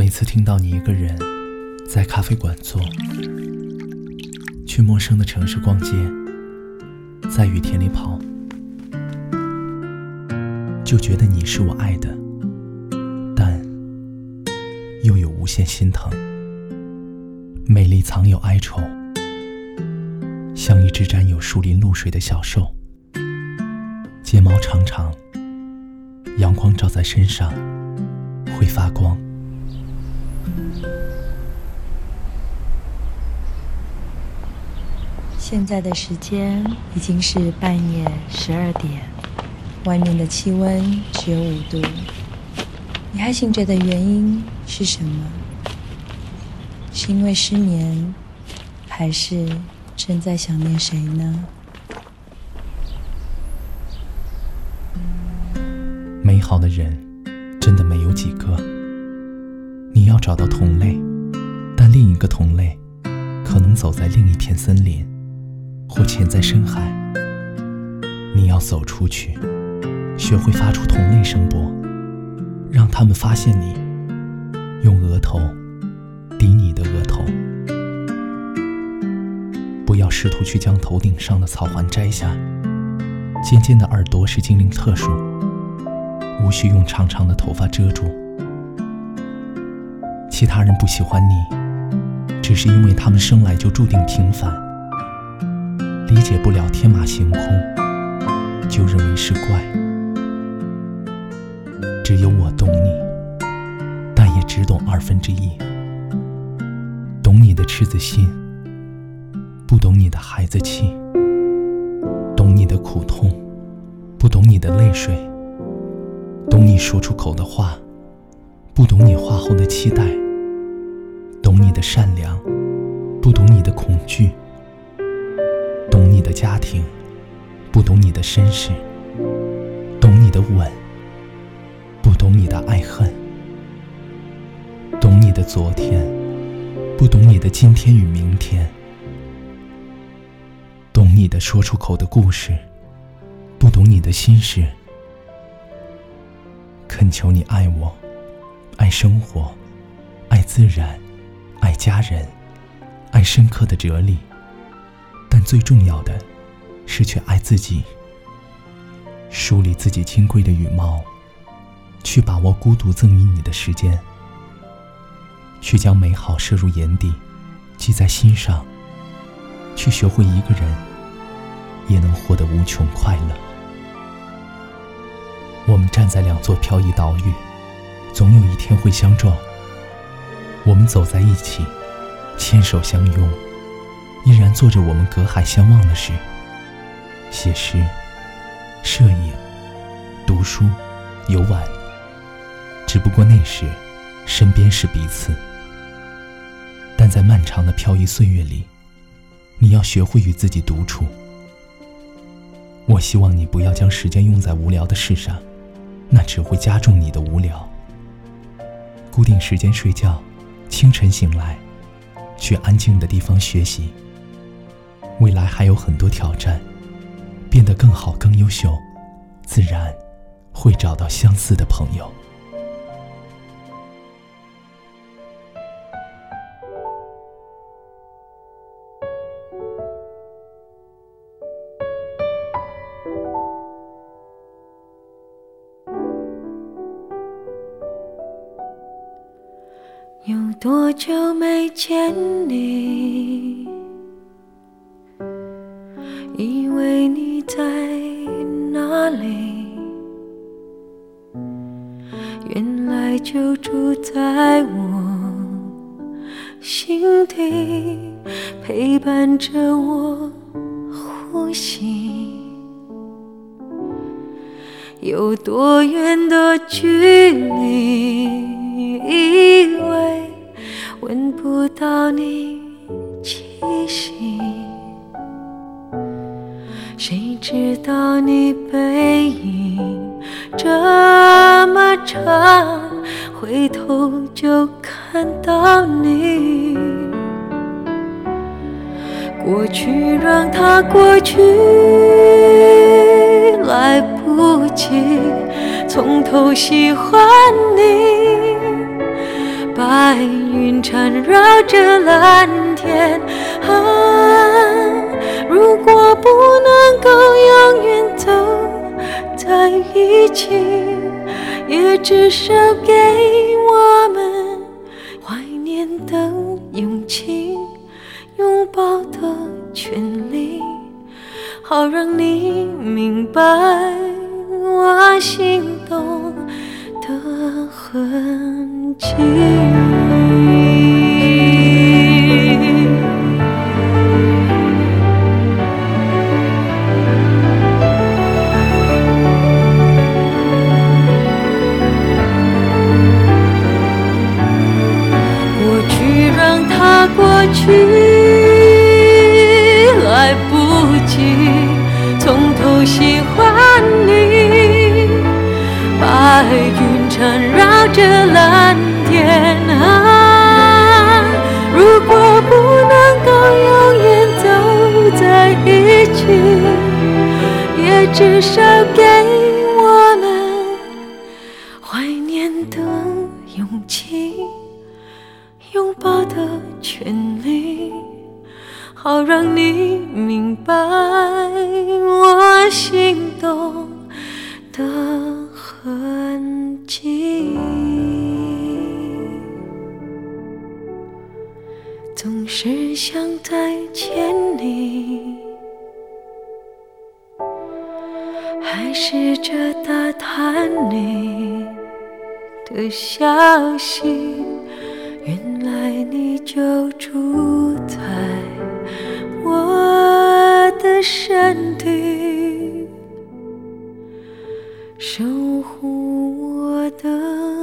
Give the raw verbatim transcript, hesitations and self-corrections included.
每次听到你一个人在咖啡馆坐，去陌生的城市逛街，在雨田里跑，就觉得你是我爱的，但又有无限心疼。美丽藏有哀愁，像一只沾有树林露水的小兽，睫毛长长，阳光照在身上会发光。 现在的时间已经是半夜十二点，外面的气温只有五度。你还醒着的原因是什么？是因为失眠，还是正在想念谁呢？ 美好的人真的没有几个，你要找到同类，但另一个同类可能走在另一片森林，或潜在深海。你要走出去，学会发出同类声波，让他们发现你，用额头抵你的额头。不要试图去将头顶上的草环摘下，尖尖的耳朵是精灵特殊，无需用长长的头发遮住。其他人不喜欢你，只是因为他们生来就注定平凡，理解不了天马行空，就认为是怪。只有我懂你，但也只懂二分之一，懂你的赤子心，不懂你的孩子气，懂你的苦痛，不懂你的泪水，懂你说出口的话，不懂你话后的期待，懂你的善良，不懂你的恐惧，懂你的家庭，不懂你的身世，懂你的吻，不懂你的爱恨，懂你的昨天，不懂你的今天与明天，懂你的说出口的故事，不懂你的心事。恳求你爱我，爱生活，爱自然，爱家人，爱深刻的哲理，但最重要的是去爱自己，梳理自己金贵的羽毛，去把握孤独赠予你的时间，去将美好摄入眼底，记在心上，去学会一个人也能获得无穷快乐。我们站在两座飘逸岛屿，总有一天会相撞。我们走在一起，牵手相拥，依然做着我们隔海相望的事，写诗、摄影、读书、游玩。只不过那时身边是彼此，但在漫长的飘逸岁月里，你要学会与自己独处。我希望你不要将时间用在无聊的事上，那只会加重你的无聊。固定时间睡觉，清晨醒来，去安静的地方学习。未来还有很多挑战，变得更好更优秀，自然会找到相似的朋友。 有多久没见你，以为你在哪里，原来就住在我心底，陪伴着我呼吸。有多远的距离，以为闻不到你气息，谁知道你背影这么长，回头就看到你。过去让它过去，来不及从头喜欢你， 白云缠绕着蓝天啊，如果不能够永远走在一起，也至少给我们怀念的勇气，拥抱的权利，好让你明白我心动的痕迹。过去让它过去，来不及从头喜欢你。白云缠绕着蓝天啊，如果不能够永远走在一起，也至少给我们怀念的勇气，拥抱的权利，好让你明白我心动的痕迹。总是想再见你，还试着打探你的消息，原来你就住在我的身体，守护我的